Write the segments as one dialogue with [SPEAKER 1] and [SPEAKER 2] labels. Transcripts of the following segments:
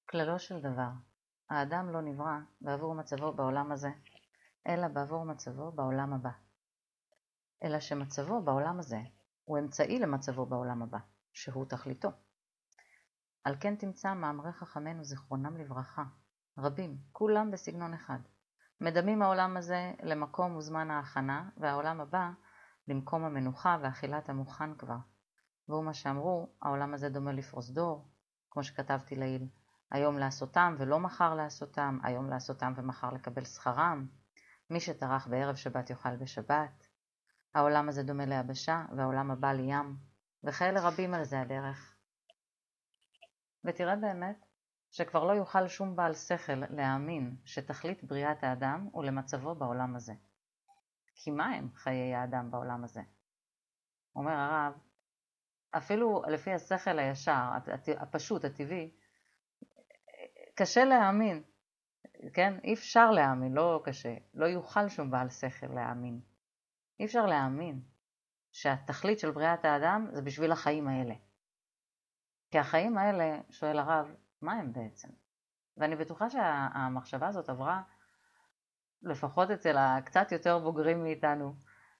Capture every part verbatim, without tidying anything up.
[SPEAKER 1] כללו של דבר, האדם לא נברא בעבור מצבו בעולם הזה, אלא בעבור מצבו בעולם הבא. אלא שמצבו בעולם הזה הוא אמצעי למצבו בעולם הבא, שהוא תכליתו. על כן תמצא מאמרי חכמינו זיכרונם לברכה, רבים, כולם בסגנון אחד. מדמים העולם הזה למקום וזמן ההכנה, והעולם הבא למקום המנוחה ואכילת המוכן כבר. והוא מה שאמרו, העולם הזה דומה לפרוזדור, כמו שכתבתי לעיל, היום לעשותם ולא מחר לעשותם, היום לעשותם ומחר לקבל שכרם. מי שטרח בערב שבת יאכל בשבת. העולם הזה דומה ליבשה והעולם הבא לים, וכאלה רבים על זה הדרך. ותראה באמת שכבר לא יוכל שום בעל שכל להאמין שתכלית בריאת האדם הוא למצבו בעולם הזה. כי מה הם חיי האדם בעולם הזה? אומר הרב, אפילו לפי השכל הישר, הפשוט, הטבעי, קשה להאמין, כן? אי אפשר להאמין, לא קשה, לא יוכל שום בעל שכל להאמין. אי אפשר להאמין שהתכלית של בריאת האדם זה בשביל החיים האלה. כי החיים האלה, שואל הרב, מה הם בעצם? ואני בטוחה שהמחשבה הזאת עברה, לפחות אצל הקצת יותר בוגרים מאיתנו,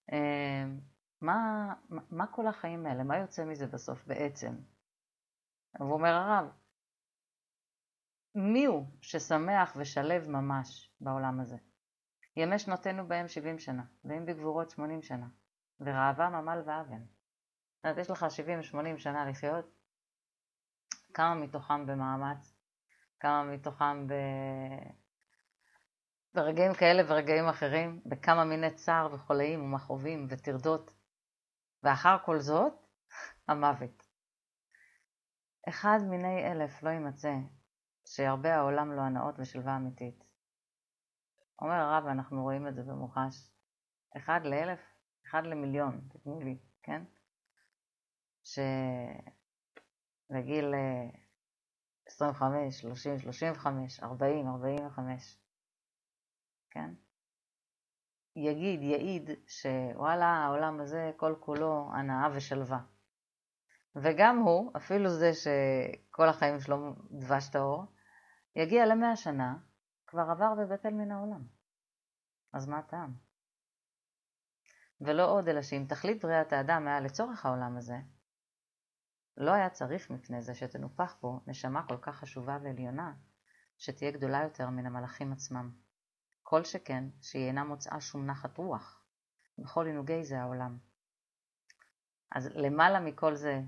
[SPEAKER 1] מה, מה כל החיים האלה? מה יוצא מזה בסוף בעצם? הוא אומר הרב, מי הוא ששמח ושלב ממש בעולם הזה? ימי שנותינו בהם שבעים שנה, והם בגבורות שמונים שנה, ורעבם עמל ואבן. זאת אומרת, יש לך שבעים שמונים שנה לחיות, כמה מתוכם במאמץ, כמה מתוכם ב... ברגעים כאלה ורגעים אחרים, בכמה מיני צער וחולאים ומכאובים וטרדות, ואחר כל זאת, המוות. אחד מיני אלף לא יימצא, שירבה העולם לו הנאות ושלווה אמיתית. אומר הרב, אנחנו רואים את זה במוחש, אחד לאלף, אחד למיליון, תתנו לי, כן? שבגיל עשרים וחמש, שלושים, שלושים וחמש, ארבעים, ארבעים וחמש, כן? יגיד, יעיד שוואלה, העולם הזה כל כולו הנאה ושלווה. וגם הוא, אפילו זה שכל החיים שלו דבש טהור, יגיע למאה שנה, כבר עבר ובטל מן העולם. אז מה הטעם? ולא עוד, אלא שאם תכלית בריאת האדם היה לצורך העולם הזה, לא היה צריך מפני זה שתנופח בו נשמה כל כך חשובה ועליונה, שתהיה גדולה יותר מן המלאכים עצמם. כל שכן שהיא אינה מוצאה שום נחת רוח, בכל עינוגי זה העולם. אז למעלה מכל זה,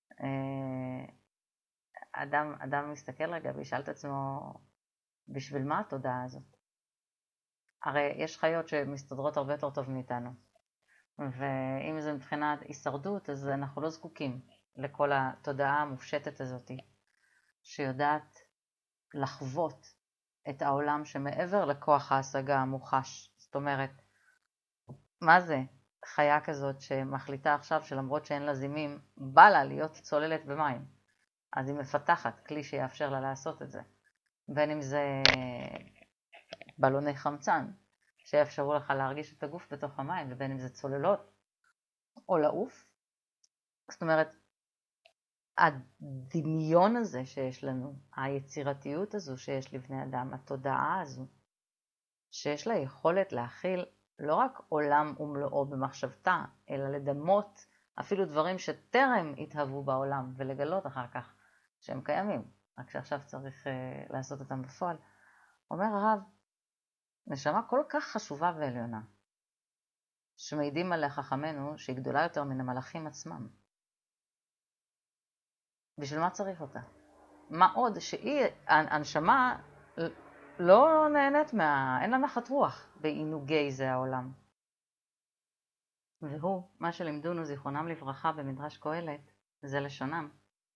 [SPEAKER 1] אדם, אדם מסתכל רגע וישאל את עצמו, בשביל מה התודעה הזאת? הרי יש חיות שמסתדרות הרבה יותר טוב מאיתנו, ואם זה מבחינת הישרדות, אז אנחנו לא זקוקים לכל התודעה המופשטת הזאת, שיודעת לחוות את העולם שמעבר לכוח ההשגה המוחש. זאת אומרת, מה זה חיה כזאת שמחליטה עכשיו שלמרות שאין לה זימים, בא לה להיות צוללת במים? אז היא מפתחת כלי שיאפשר לה לעשות את זה. בין אם זה בלוני חמצן, שיאפשרו לך להרגיש את הגוף בתוך המים, ובין אם זה צוללות, או לעוף. זאת אומרת, הדמיון הזה שיש לנו, היצירתיות הזו שיש לבני אדם, התודעה הזו, שיש לה יכולת להכיל לא רק עולם ומלואו במחשבתה, אלא לדמות אפילו דברים שטרם התהוו בעולם, ולגלות אחר כך שהם קיימים, רק שעכשיו צריך uh, לעשות אותם בפועל. אומר הרב, נשמה כל כך חשובה ועליונה, שמעידים עליה חכמינו שהיא גדולה יותר מן המלאכים עצמם. בשביל מה צריך אותה? מה עוד שהיא, הנשמה לא נהנית מה... אין לה נחת רוח בעינוגי זה העולם. והוא, מה שלימדונו זיכרונם לברכה במדרש קהלת, זה לשונם.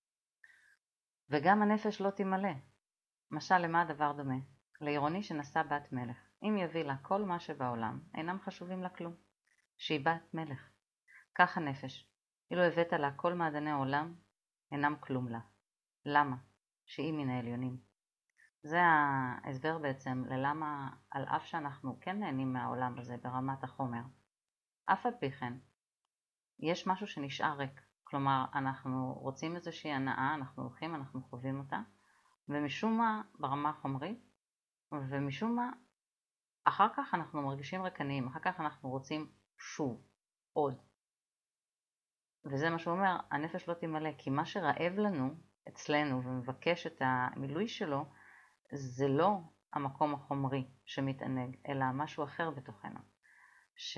[SPEAKER 1] וגם הנפש לא תמלא. משל למה הדבר דומה? לעירוני שנשא בת מלך. אם יביא לה כל מה שבעולם, אינם חשובים לה כלום. שהיא בת מלך. כך הנפש. אילו הבאת לה כל מעדני העולם, אינם כלום לה. למה? שהיא מן העליונים. זה ההסבר בעצם ללמה, על אף שאנחנו כן נהנים מהעולם הזה ברמת החומר, אף על פי כן, יש משהו שנשאר ריק. כלומר, אנחנו רוצים איזושהי הנאה, אנחנו הולכים, אנחנו חווים אותה, ומשום מה ברמה החומרית, ומשום מה אחר כך אנחנו מרגישים רקניים, אחר כך אנחנו רוצים שוב, עוד. וזה מה שהוא אומר, הנפש לא תמלא, כי מה שרעב לנו אצלנו ומבקש את המילוי שלו, זה לא המקום החומרי שמתענג, אלא משהו אחר בתוכנו. ש...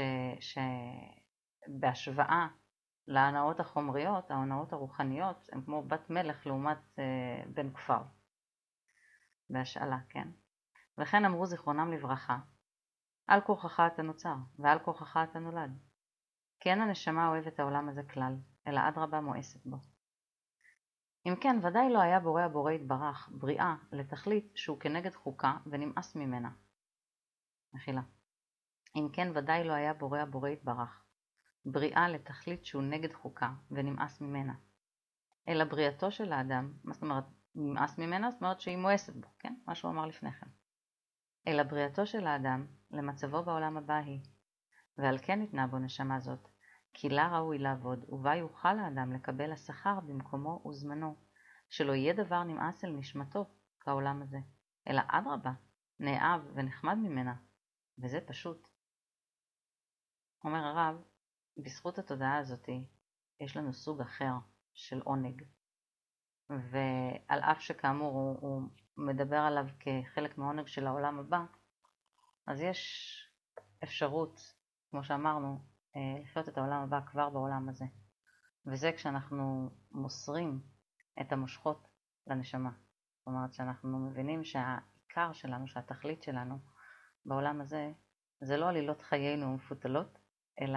[SPEAKER 1] שבהשוואה להנאות החומריות, ההנאות הרוחניות, הן כמו בת מלך לעומת אה, בן כפר. בהשאלה, כן? וכן אמרו זיכרונם לברכה, על כוחך אתה נוצר, ועל כוחך אתה נולד. כי אין הנשמה אוהבת העולם הזה כלל, אלא אדרבה מואסת בו. אם כן, ודאי לא היה בורא הבורא יתברך, בריאה לתכלית שהוא כנגד חוקה ונמאס ממנה. מחילה. אם כן, ודאי לא היה בורא הבורא יתברך, בריאה לתכלית שהוא נגד חוקה ונמאס ממנה. אלא בריאתו של האדם, מה זאת אומרת, נמאס ממנה, זאת אומרת שהיא מואסת בו, כן? מה שהוא אמר לפני כן. אלא בריאתו של האדם למצבו בעולם הבא היא, ועל כן ניתנה בו נשמה זאת, כי לה ראוי לעבוד, ובה יוכל האדם לקבל השכר במקומו וזמנו, שלא יהיה דבר נמאס אל נשמתו בעולם הזה, אלא אדרבה, נאהב ונחמד ממנה, וזה פשוט. אומר הרב, בזכות התודעה הזאת יש לנו סוג אחר של עונג, ועל אף שכאמור הוא, הוא מדבר עליו כחלק מהעונג של העולם הבא, אז יש אפשרות, כמו שאמרנו, לחיות את העולם הבא כבר בעולם הזה. וזה כשאנחנו מוסרים את המושכות לנשמה. זאת אומרת שאנחנו מבינים שהעיקר שלנו, שהתכלית שלנו בעולם הזה, זה לא עלילות חיינו המפותלות, אלא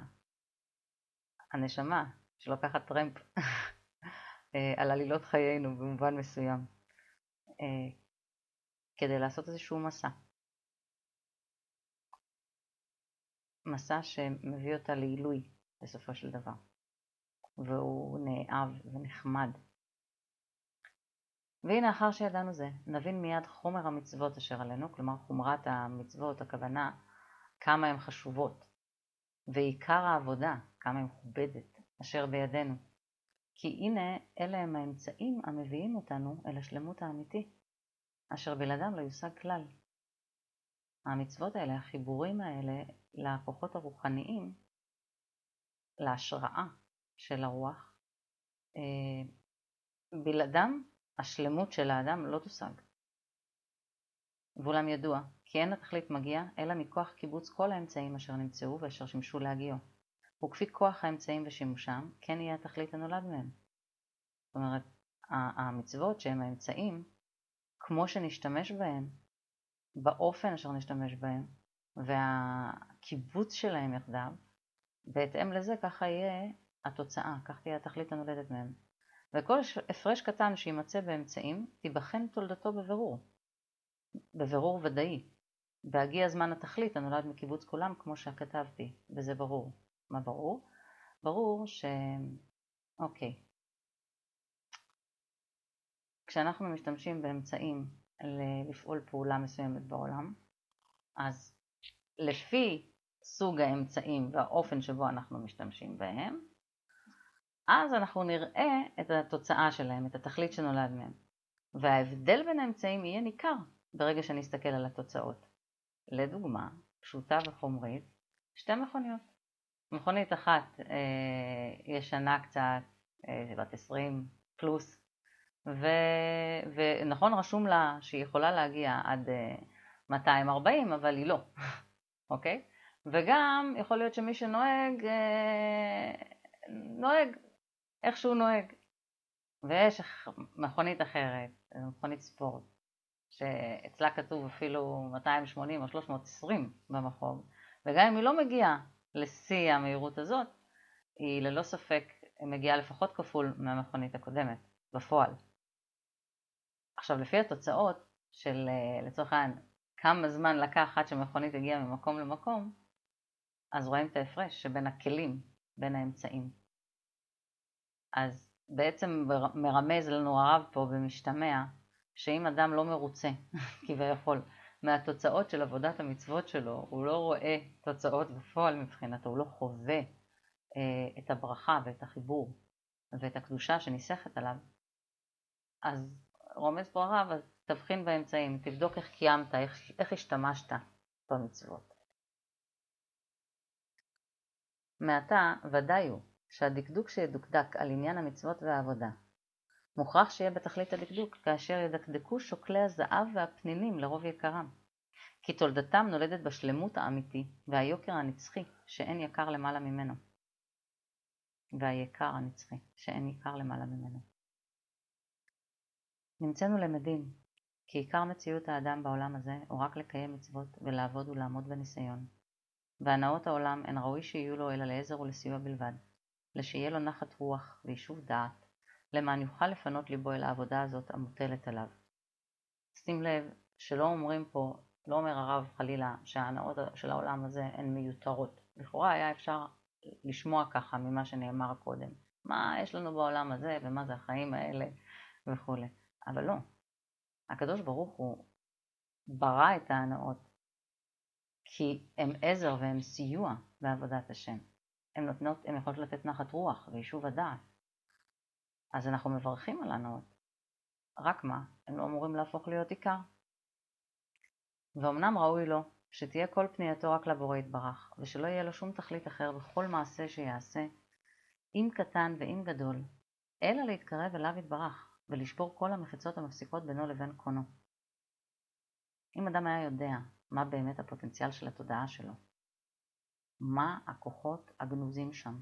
[SPEAKER 1] הנשמה שלוקחת טרמפ על עלילות חיינו במובן מסוים, כדי לעשות איזשהו מסע. מסע שמביא אותה לעילוי בסופו של דבר, והוא נאהב ונחמד. והנה אחר שידענו זה, נבין מיד חומר המצוות אשר עלינו, כלומר חומרת המצוות, הכוונה, כמה הן חשובות, ועיקר העבודה, כמה הן מכובדת, אשר בידינו. כי הנה אלה הם האמצעים המביאים אותנו אל השלמות האמיתי, אשר בלעדם לא יושג כלל. המצוות האלה, החיבורים האלה לכוחות הרוחניים, להשראה של הרוח, בלעדם השלמות של האדם לא תושג. ואולם ידוע, כי אין התכלית מגיע, אלא מכוח קיבוץ כל האמצעים אשר נמצאו ואשר שימשו להגיעו. וכפי כוח האמצעים ושימושם, כן יהיה התכלית הנולד מהם. זאת אומרת, המצוות שהם האמצעים, כמו שנשתמש בהם, באופן אשר נשתמש בהם, והקיבוץ שלהם יחדיו, בהתאם לזה ככה יהיה התוצאה, כך תהיה התכלית הנולדת מהם. וכל הפרש קטן שימצא באמצעים, תיבחן תולדתו בבירור, בבירור ודאי. בהגיע זמן התכלית הנולד מקיבוץ כולם, כמו שכתבתי, וזה ברור. מה ברור? ברור ש... אוקיי. כשאנחנו משתמשים באמצעים לפעול פעולה מסוימת בעולם, אז לפי סוג האמצעים והאופן שבו אנחנו משתמשים בהם, אז אנחנו נראה את התוצאה שלהם, את התכלית שנולד מהם. וההבדל בין האמצעים יהיה ניכר ברגע שנסתכל על התוצאות. לדוגמה, פשוטה וחומרית, שתי מכוניות. מכונית אחת אה, ישנה קצת, אה, בת עשרים פלוס, ו... ונכון רשום לה שהיא יכולה להגיע עד אה, מאתיים וארבעים, אבל היא לא. אוקיי? וגם יכול להיות שמי שנוהג, אה, נוהג איך שהוא נוהג. ויש מכונית אחרת, מכונית ספורט, שאצלה כתוב אפילו מאתיים ושמונים או שלוש מאות ועשרים במחוג, וגם אם היא לא מגיעה לשיא המהירות הזאת, היא ללא ספק מגיעה לפחות כפול מהמכונית הקודמת, בפועל. עכשיו, לפי התוצאות של, לצורך העניין, כמה זמן לקח עד שמכונית הגיעה ממקום למקום, אז רואים את ההפרש שבין הכלים, בין האמצעים. אז בעצם מרמז לנו הרב פה במשתמע, שאם אדם לא מרוצה, כביכול, מהתוצאות של עבודת המצוות שלו, הוא לא רואה תוצאות בפועל מבחינתו, הוא לא חווה אה, את הברכה ואת החיבור ואת הקדושה שניסחת עליו, אז רומז פה הרב, אז תבחין באמצעים, תבדוק איך קיימת, איך, איך השתמשת במצוות. מעתה ודאי הוא שהדקדוק שידוקדק על עניין המצוות והעבודה מוכרח שיהיה בתכלית הדקדוק כאשר ידקדקו שוקלי הזהב והפנינים לרוב יקרם, כי תולדתם נולדת בשלמות האמיתי והיוקר הנצחי שאין יקר למעלה ממנו. והיקר הנצחי שאין יקר למעלה ממנו. נמצאנו למדים כי עיקר מציאות האדם בעולם הזה הוא רק לקיים מצוות ולעבוד ולעמוד בניסיון. והנאות העולם אין ראוי שיהיו לו אלא לעזר ולסיוע בלבד, לשיהיה לו נחת רוח וישוב דעת, למען יוכל לפנות ליבו אל העבודה הזאת המוטלת עליו. שים לב שלא אומרים פה, לא אומר הרב חלילה שההנאות של העולם הזה הן מיותרות. לכאורה היה אפשר לשמוע ככה ממה שנאמר קודם. מה יש לנו בעולם הזה ומה זה החיים האלה וכו'. אבל לא. הקדוש ברוך הוא ברא את ההנאות כי הם עזר והם סיוע בעבודת השם. הם נותנות, הם יכולות לתת נחת רוח וישוב הדעת. אז אנחנו מברכים על ההנאות. רק מה? הם לא אמורים להפוך להיות עיקר. ואומנם ראוי לו שתהיה כל פנייתו רק לבורא יתברך, ושלא יהיה לו שום תכלית אחר בכל מעשה שיעשה, אם קטן ואם גדול, אלא להתקרב אליו יתברך, ולשבור כל המחיצות המפסיקות בינו לבין קונו. אם אדם היה יודע מה באמת הפוטנציאל של התודעה שלו, מה הכוחות הגנוזים שם,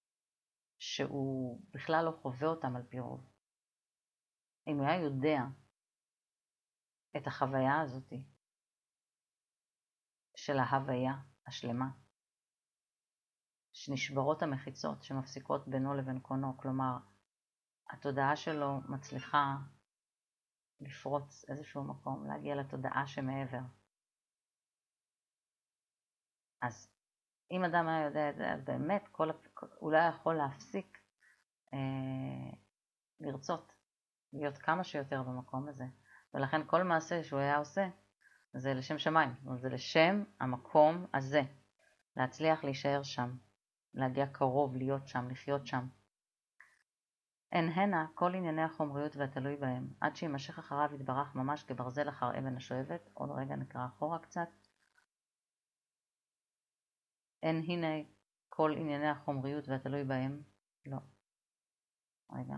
[SPEAKER 1] שהוא בכלל לא חווה אותם על פי רוב, אם הוא היה יודע את החוויה הזאת של ההוויה השלמה, שנשברות המחיצות שמפסיקות בינו לבין קונו, כלומר התודעה שלו מצליחה לפרוץ איזשהו מקום, להגיע לתודעה שמעבר. אז אם אדם היה יודע את זה, אז באמת כל, הוא לא יכול להפסיק אה, לרצות, להיות כמה שיותר במקום הזה. ולכן כל מעשה שהוא היה עושה, זה לשם שמיים, זה לשם המקום הזה, להצליח להישאר שם, להגיע קרוב, להיות שם, לחיות שם. אין הנה כל ענייני החומריות והתלוי בהם, עד שימשך אחריו יתברך ממש כברזל אחר אבן השואבת. עוד רגע נקרא אחורה קצת. אין הנה כל ענייני החומריות והתלוי בהם, לא. רגע.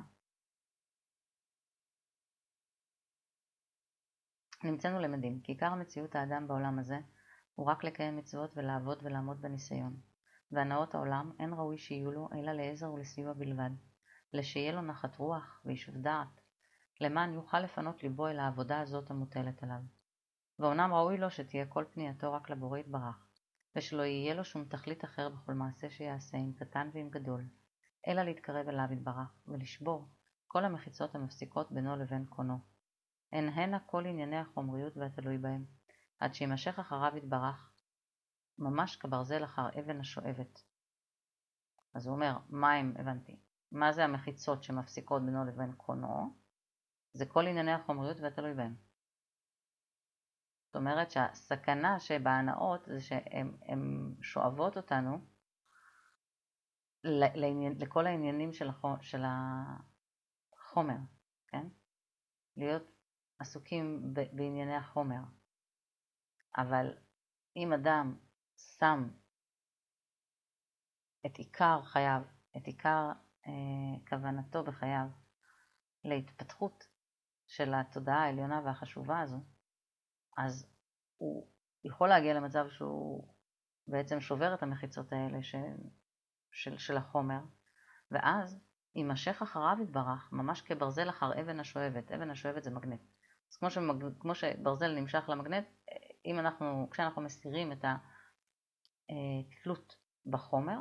[SPEAKER 1] נמצאנו למדים, כי עיקר מציאות האדם בעולם הזה הוא רק לקיים מצוות ולעבוד ולעמוד בניסיון. והנאות העולם אין ראוי שיהיו לו אלא לעזר ולסיוע בלבד, לשיהיה לו נחת רוח וישוב דעת, למען יוכל לפנות ליבו אל העבודה הזאת המוטלת עליו. ואומנם ראוי לו שתהיה כל פנייתו רק לבורא יתברך, ושלא יהיה לו שום תכלית אחר בכל מעשה שיעשה, אם קטן ואם גדול, אלא להתקרב אליו יתברך ולשבור כל המחיצות המפסיקות בינו לבין קונו. הן הנה כל ענייני החומריות והתלוי בהם, עד שימשך אחריו יתברך, ממש כברזל אחר אבן השואבת. אז הוא אומר, מה הם, הבנתי, מה זה המחיצות שמפסיקות בינו לבין קונו? זה כל ענייני החומריות והתלוי בהם. זאת אומרת שהסכנה שבהנאות זה שהן שואבות אותנו לעניין, לכל העניינים של, החומר, של החומר, כן? להיות עסוקים בענייני החומר. אבל אם אדם שם את עיקר חייו, את עיקר אה, כוונתו בחייו להתפתחות של התודעה העליונה והחשובה הזו, אז הוא יכול להגיע למצב שהוא בעצם שובר את המחיצות האלה של, של, של החומר, ואז יימשך אחריו יתברך, ממש כברזל אחר אבן השואבת. אבן השואבת זה מגנט. אז כמו, שמג... כמו שברזל נמשך למגנט, אם אנחנו, כשאנחנו מסירים את התלות בחומר,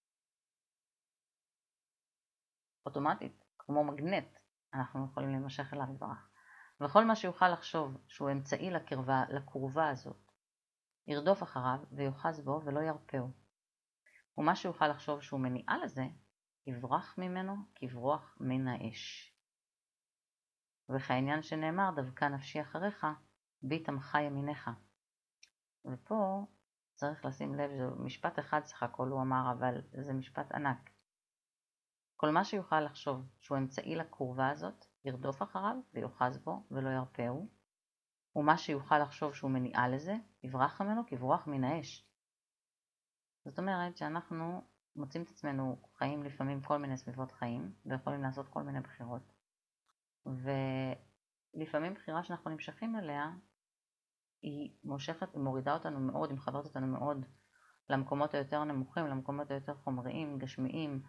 [SPEAKER 1] אוטומטית, כמו מגנט, אנחנו יכולים להימשך אליו יתברך. וכל מה שיוכל לחשוב שהוא אמצעי לקרבה, לקורבה הזאת, ירדוף אחריו ויוחז בו ולא ירפאו. ומה שיוכל לחשוב שהוא מניעה לזה, יברח ממנו כברוח מן האש. וכעניין שנאמר, דווקא נפשי אחריך, ביט עמך ימיניך. ופה צריך לשים לב, זה משפט אחד סך הכל הוא אמר, אבל זה משפט ענק. כל מה שיוכל לחשוב שהוא אמצעי לקורבה הזאת, ירדוף אחריו ויוחז בו ולא ירפאו, ומה שיוכל לחשוב שהוא מניעה לזה, יברח ממנו כברוח מן האש. זאת אומרת שאנחנו מוצאים את עצמנו חיים לפעמים כל מיני סביבות חיים, ויכולים לעשות כל מיני בחירות. ולפעמים בחירה שאנחנו נמשכים אליה, היא מושכת, היא מורידה אותנו מאוד, היא מחברת אותנו מאוד למקומות היותר נמוכים, למקומות היותר חומריים, גשמיים,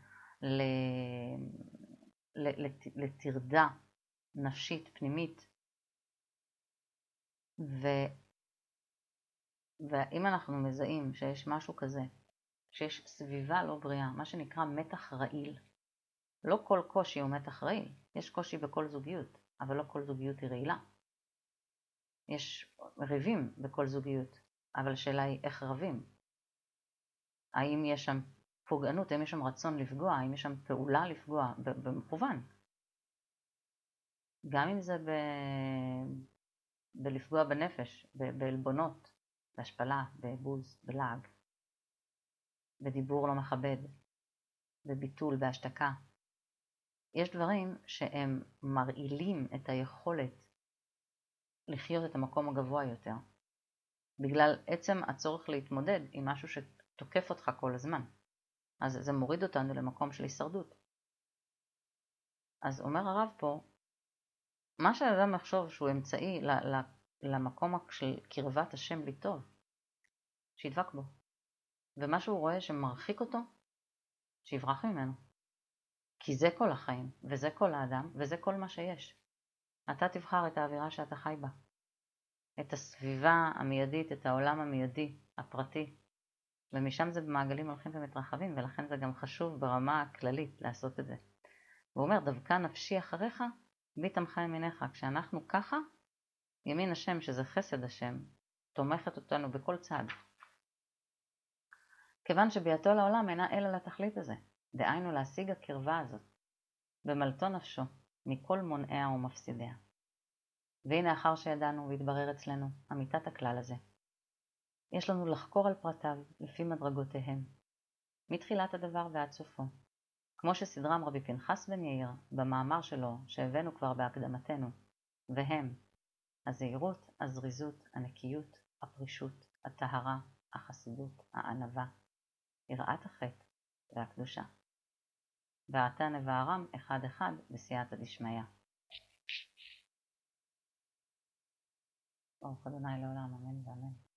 [SPEAKER 1] לטרדה נפשית, פנימית. ו... ואם אנחנו מזהים שיש משהו כזה, שיש סביבה לא בריאה, מה שנקרא מתח רעיל, לא כל קושי הוא מתח רעיל, יש קושי בכל זוגיות, אבל לא כל זוגיות היא רעילה. יש ריבים בכל זוגיות, אבל השאלה היא איך רבים. האם יש שם פוגענות, האם יש שם רצון לפגוע, האם יש שם פעולה לפגוע, במכוון. גם אם זה ב... בלפגוע בנפש, בעלבונות, בהשפלה, בבוז, בלעג, בדיבור לא מכבד, בביטול, בהשתקה. יש דברים שהם מרעילים את היכולת לחיות את המקום הגבוה יותר, בגלל עצם הצורך להתמודד עם משהו שתוקף אותך כל הזמן. אז זה מוריד אותנו למקום של הישרדות. אז אומר הרב פה, מה שהאדם יחשוב שהוא אמצעי למקום של קרבת השם לי טוב, שידבק בו. ומה שהוא רואה שמרחיק אותו, שיברח ממנו. כי זה כל החיים, וזה כל האדם, וזה כל מה שיש. אתה תבחר את האווירה שאתה חי בה. את הסביבה המיידית, את העולם המיידי, הפרטי. ומשם זה במעגלים הולכים ומתרחבים, ולכן זה גם חשוב ברמה הכללית לעשות את זה. הוא אומר, דווקא נפשי אחריך, בי תמכה ימינך. כשאנחנו ככה, ימין השם, שזה חסד השם, תומכת אותנו בכל צד. כיוון שביאתו לעולם אינה אלא לתכלית הזה, דהיינו להשיג הקרבה הזאת, במלטו נפשו, מכל מונעיה ומפסידיה. והנה אחר שידענו והתברר אצלנו אמיתת הכלל הזה, יש לנו לחקור על פרטיו לפי מדרגותיהם, מתחילת הדבר ועד סופו, כמו שסדרם רבי פנחס בן יאיר במאמר שלו שהבאנו כבר בהקדמתנו, והם הזהירות, הזריזות, הנקיות, הפרישות, הטהרה, החסידות, הענווה, יראת החטא והקדושה. ועתה נבערם אחד אחד בסייעתא דשמיא. ברוך ה' לעולם, אמן ואמן.